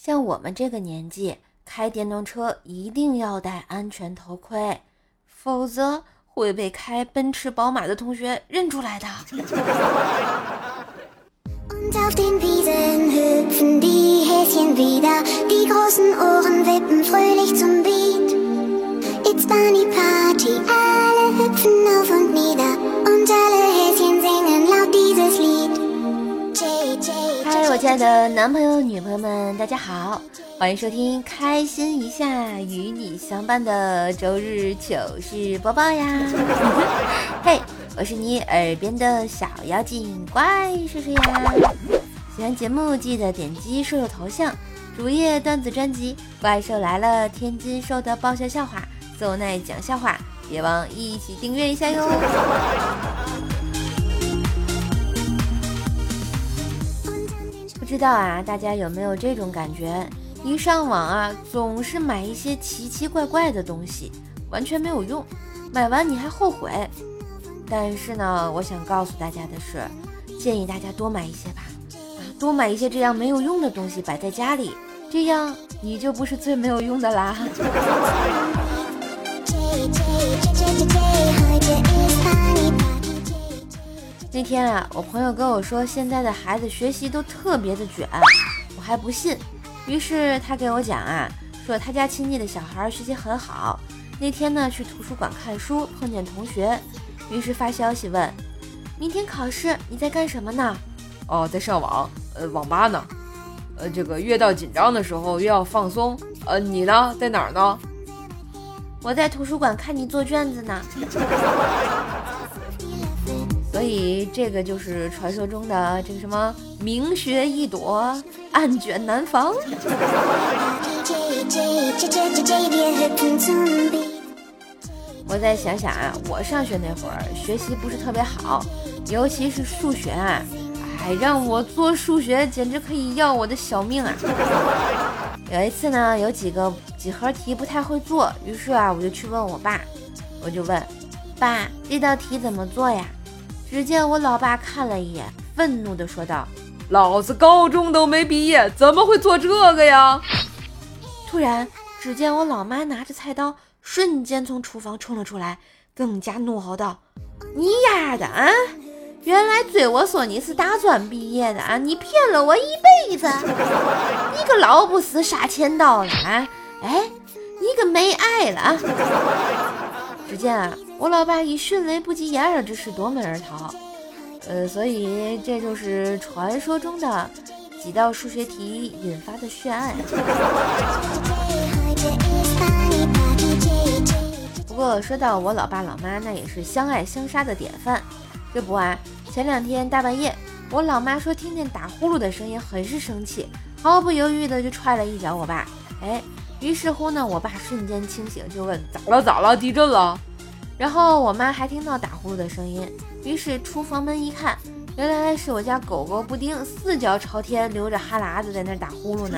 像我们这个年纪，开电动车一定要戴安全头盔，否则会被开奔驰宝马的同学认出来的。 Und auf den Wiesen hüpfen die Häschen wieder, die großen Ohren wippen fröhlich zum Beat. It's Bunny Party, alle hüpfen auf und nieder und alle Häschen singen laut dieses Lied. 嗨，我亲爱的男朋友、女朋友们，大家好，欢迎收听开心一下与你相伴的周日糗事播报呀！嘿，我是你耳边的小妖精怪叔叔呀！喜欢节目记得点击兽友头像，主页段子专辑《怪兽来了》，天津兽的爆笑笑话，邹奈讲笑话，别忘一起订阅一下哟！不知道啊，大家有没有这种感觉？一上网啊，总是买一些奇奇怪怪的东西，完全没有用，买完你还后悔。但是呢，我想告诉大家的是，建议大家多买一些吧，多买一些这样没有用的东西摆在家里，这样你就不是最没有用的啦。那天啊，我朋友跟我说，现在的孩子学习都特别的卷，我还不信。于是他给我讲啊，说他家亲戚的小孩学习很好。那天呢，去图书馆看书，碰见同学，于是发消息问：明天考试你在干什么呢？ 哦，在上网，网吧呢。这个越到紧张的时候越要放松。你呢，在哪儿呢？ 我在图书馆看你做卷子呢。所以这个就是传说中的这个什么明学易躲，暗卷难防。我再想想啊，我上学那会儿学习不是特别好，尤其是数学啊，让我做数学简直可以要我的小命啊。有一次呢，有几何题不太会做，于是啊，我就去问我爸，我就问爸，这道题怎么做呀？只见我老爸看了一眼，愤怒地说道： 老子高中都没毕业，怎么会做这个呀？ 突然只见我老妈拿着菜刀瞬间从厨房冲了出来，更加怒吼道：你丫的啊，原来追我说你是大专毕业的啊，你骗了我一辈子，你个老不死杀千刀了啊，哎，你个没爱了啊。只见啊，我老爸以迅雷不及掩耳之势夺门而逃。所以这就是传说中的几道数学题引发的血案。不过说到我老爸老妈，那也是相爱相杀的典范。这不啊，前两天大半夜，我老妈说听见打呼噜的声音，很是生气，毫不犹豫的就踹了一脚我爸。于是乎呢，我爸瞬间清醒，就问咋了？地震了？ 然后我妈还听到打呼噜的声音，于是出房门一看，原来是我家狗狗布丁四脚朝天，流着哈喇子在那打呼噜呢。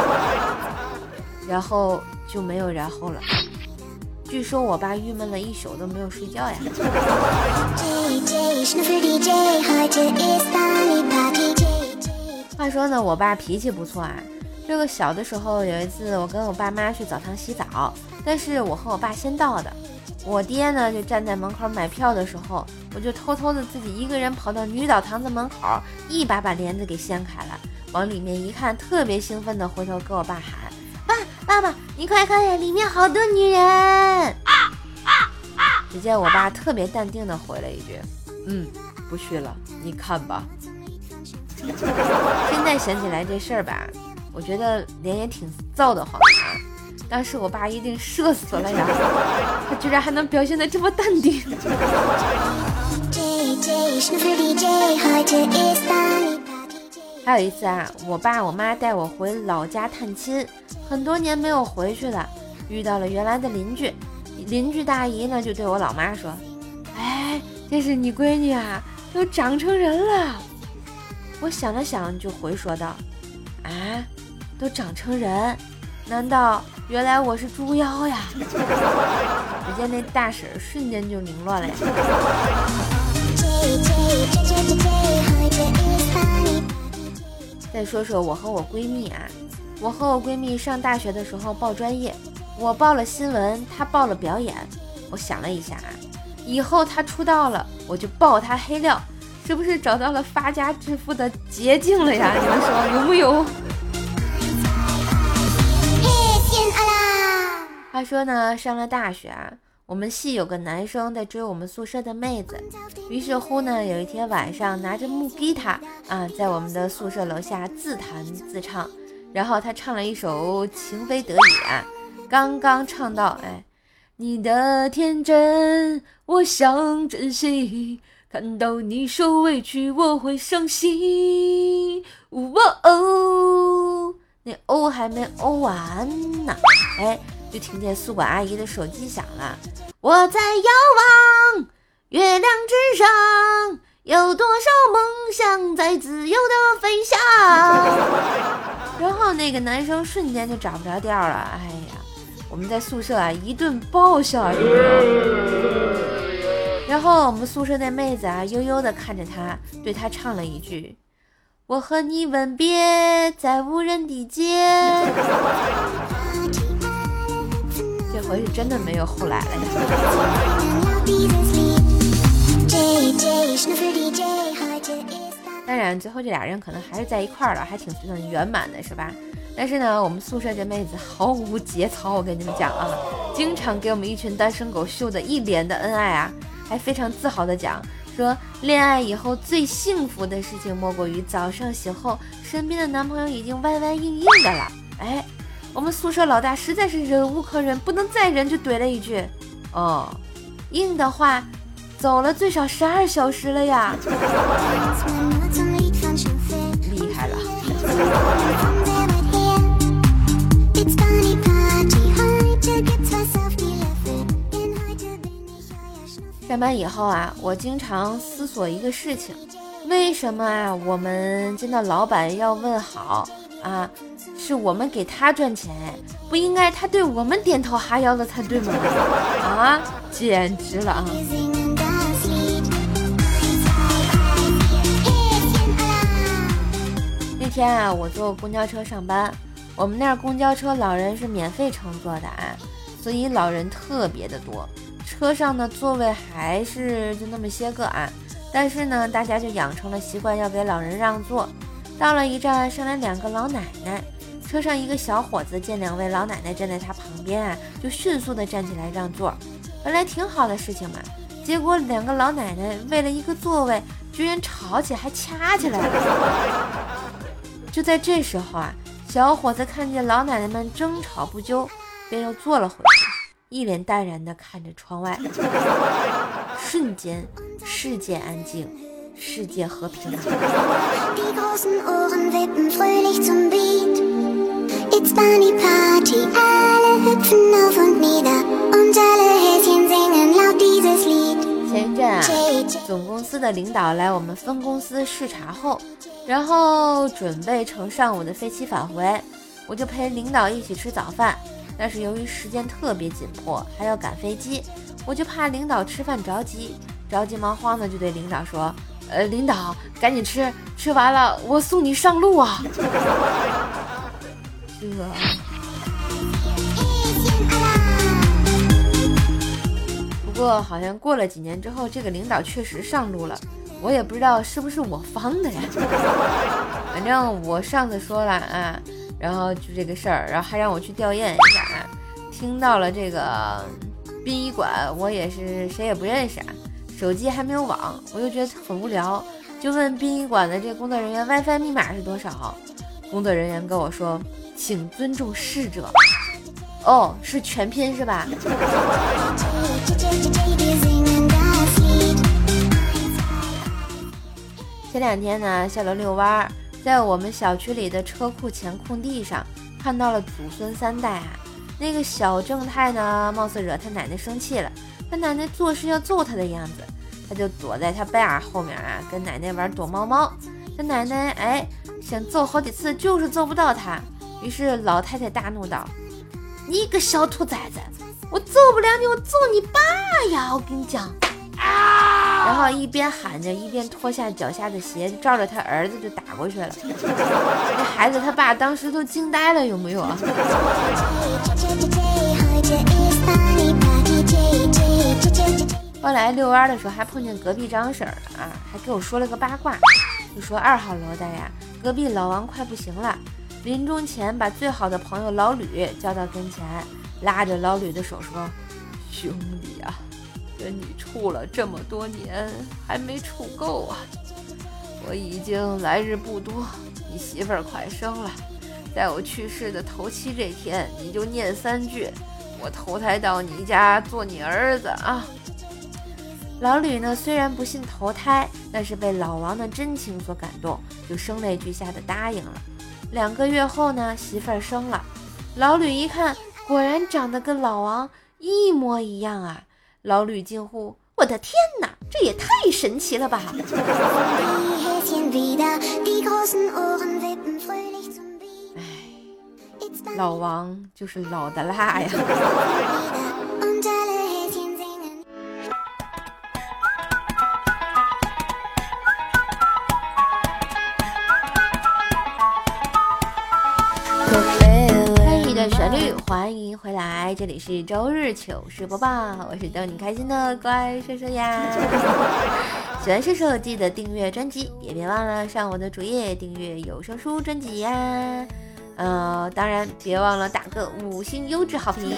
然后就没有然后了。据说我爸郁闷了一宿都没有睡觉呀。话说呢，我爸脾气不错啊。这个小的时候有一次，我跟我爸妈去澡堂洗澡，但是我和我爸先到的。我爹呢就站在门口买票的时候，我就偷偷的自己一个人跑到女澡堂子门口，一把帘子给掀开了，往里面一看，特别兴奋的回头跟我爸喊：爸爸，你快看呀，里面好多女人！只见我爸特别淡定的回了一句： 不去了，你看吧。 现在想起来这事儿吧，我觉得脸也挺燥的慌啊。当时我爸一定社死了呀，他居然还能表现得这么淡定。还有一次啊，我爸我妈带我回老家探亲，很多年没有回去了，遇到了原来的邻居大姨呢，就对我老妈说：这是你闺女啊，都长成人了。我想了想就回说道：都长成人，难道原来我是猪妖呀？只见那大婶瞬间就凌乱了呀。再说说我和我闺蜜啊， 我和我闺蜜上大学的时候报专业，我报了新闻，她报了表演。我想了一下啊，以后她出道了，我就爆她黑料，是不是找到了发家致富的捷径了呀？你们说有没有？话说呢，上了大学啊，我们系有个男生在追我们宿舍的妹子，于是乎呢，有一天晚上拿着木吉他啊，在我们的宿舍楼下自弹自唱，然后他唱了一首《情非得已》啊，刚刚唱到你的天真我想珍惜，看到你受委屈我会伤心，那还没完呢，就听见宿管阿姨的手机响了，我在遥望月亮之上，有多少梦想在自由的飞翔。然后那个男生瞬间就找不着调了，我们在宿舍啊一顿爆笑，然后我们宿舍那妹子啊悠悠地看着他，对他唱了一句，我和你吻别在无人的街。这回是真的没有后来了呀。当然最后这俩人可能还是在一块儿了，还挺圆满的是吧？但是呢，我们宿舍这妹子毫无节操，我跟你们讲啊，经常给我们一群单身狗秀的一脸的恩爱啊，还非常自豪的讲说，恋爱以后最幸福的事情莫过于早上醒后，身边的男朋友已经歪歪硬硬的了。我们宿舍老大实在是忍无可忍，不能再忍，就怼了一句，硬的话走了最少12小时了呀。厉害了。上班以后啊，我经常思索一个事情，为什么啊我们见到老板要问好啊，是我们给他赚钱，不应该他对我们点头哈腰的才对吗？啊，简直了啊！那天啊，我坐公交车上班，我们那儿公交车老人是免费乘坐的啊，所以老人特别的多，车上的座位还是就那么些个啊，但是呢，大家就养成了习惯要给老人让座。到了一站，上来2个老奶奶，车上一个小伙子见2位老奶奶站在他旁边啊，就迅速的站起来让座。本来挺好的事情嘛，结果2个老奶奶为了一个座位，居然吵起还掐起来了。就在这时候啊，小伙子看见老奶奶们争吵不休，便又坐了回去，一脸淡然地看着窗外。瞬间，世界安静，世界和平。前一阵啊，总公司的领导来我们分公司视察后，然后准备乘上午的飞机返回，我就陪领导一起吃早饭。但是由于时间特别紧迫，还要赶飞机，我就怕领导吃饭着急忙慌的就对领导说，领导赶紧吃，吃完了我送你上路啊。不过好像过了几年之后，这个领导确实上路了，我也不知道是不是我方的呀。反正我上次说了啊，然后就这个事儿，然后还让我去吊唁一下啊。听到了这个殡仪馆，我也是谁也不认识啊，手机还没有网，我就觉得很无聊，就问殡仪馆的这个工作人员 WiFi 密码是多少。工作人员跟我说，请尊重逝者。哦，是全拼是吧？前2天呢，下楼遛弯，在我们小区里的车库前空地上看到了祖孙3代啊。那个小正太呢，貌似惹他奶奶生气了，他奶奶做事要揍他的样子，他就躲在他爸后面啊，跟奶奶玩躲猫猫。他奶奶想揍好几次，就是揍不到他。于是老太太大怒道：“你个小兔崽子，我揍不了你，我揍你爸呀！我跟你讲。” 然后一边喊着一边脱下脚下的鞋，照着他儿子就打过去了。那孩子他爸当时都惊呆了，有没有啊？后来遛弯的时候还碰见隔壁张婶儿啊，还给我说了个八卦，就说2号楼的呀，隔壁老王快不行了，临终前把最好的朋友老吕叫到跟前，拉着老吕的手说：“兄弟啊，跟你处了这么多年，还没处够啊！我已经来日不多，你媳妇儿快生了，在我去世的头七这天，你就念3句，我投胎到你家做你儿子啊！”老吕呢，虽然不信投胎，但是被老王的真情所感动，就声泪俱下的答应了。2个月后呢，媳妇儿生了，老吕一看，果然长得跟老王一模一样啊！老吕惊呼：“我的天哪，这也太神奇了吧！”老王就是老的辣呀。旋律，欢迎回来，这里是周日糗事播报，我是逗你开心的乖兽兽呀。喜欢兽兽记得订阅专辑，也别忘了上我的主页订阅有声书专辑呀。当然别忘了打个5星优质好评。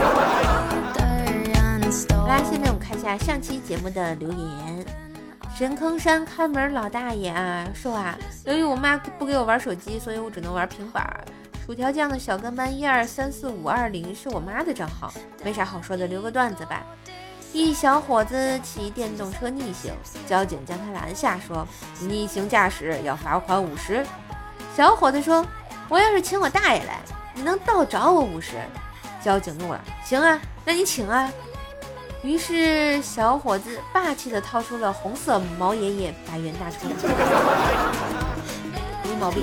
好啦，下面我们看一下上期节目的留言。神坑山看门老大爷啊，说啊，由于我妈不给我玩手机，所以我只能玩平板。薯条酱的小跟班1234520是我妈的账号，没啥好说的，留个段子吧。一小伙子骑电动车逆行，交警将他拦下，说逆行驾驶要罚款50。小伙子说，我要是请我大爷来，你能倒找我50。交警怒了，行啊，那你请啊。于是小伙子霸气地掏出了红色毛爷爷100元大钞，没毛病。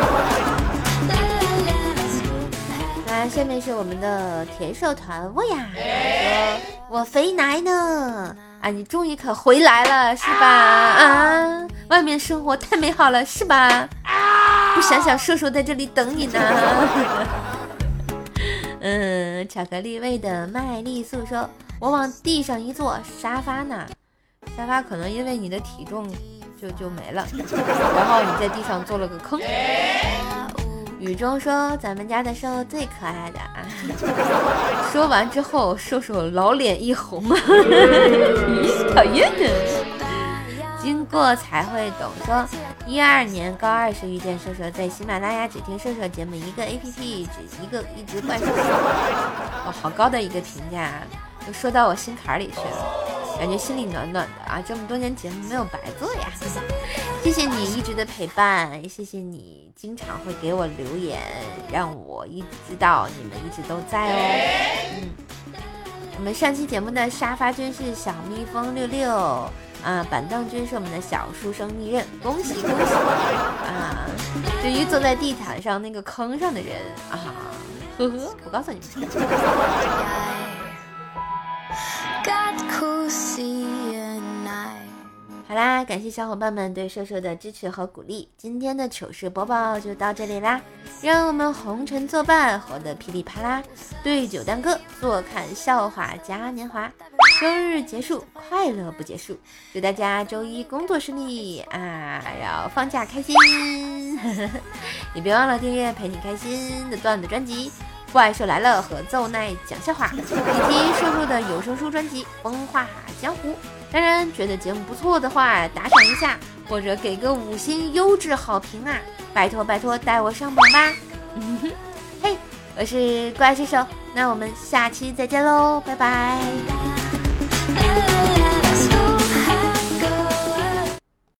那下面是我们的甜瘦团我呀，说我肥奶呢啊，你终于可回来了是吧？啊，外面生活太美好了是吧？不想想瘦瘦在这里等你呢。巧克力味的麦丽素说，我往地上一坐，沙发呢？沙发可能因为你的体重就没了，然后你在地上做了个坑。雨中说，咱们家的瘦最可爱的啊。说完之后，瘦瘦老脸一红，讨厌的。经过才会懂说，12年高2时遇见瘦瘦，在喜马拉雅只听瘦瘦节目一个 APP， 一直怪瘦瘦。哦，好高的一个评价，就说到我心坎里去了，感觉心里暖暖的啊！这么多年节目没有白做呀。谢谢你一直的陪伴，谢谢你经常会给我留言，让我一直知道你们一直都在哦。我们上期节目的沙发君是小蜜蜂66啊，板凳君是我们的小书生逆刃，恭喜恭喜啊！至于坐在地毯上那个坑上的人啊，呵呵，我告诉你们。好啦，感谢小伙伴们对瘦瘦的支持和鼓励，今天的糗事播报就到这里啦，让我们红尘作伴，活得噼里啪啦，对酒当歌，坐看笑话嘉年华，周日结束，快乐不结束，祝大家周一工作顺利啊，然后放假开心。也别忘了订阅陪你开心的段子专辑怪兽来了和奏奈讲笑话，以及瘦瘦的有声书专辑风化江湖。当然觉得节目不错的话，打赏一下或者给个5星优质好评啊，拜托拜托带我上榜吧。嘿，我是怪兽兽，那我们下期再见喽，拜拜。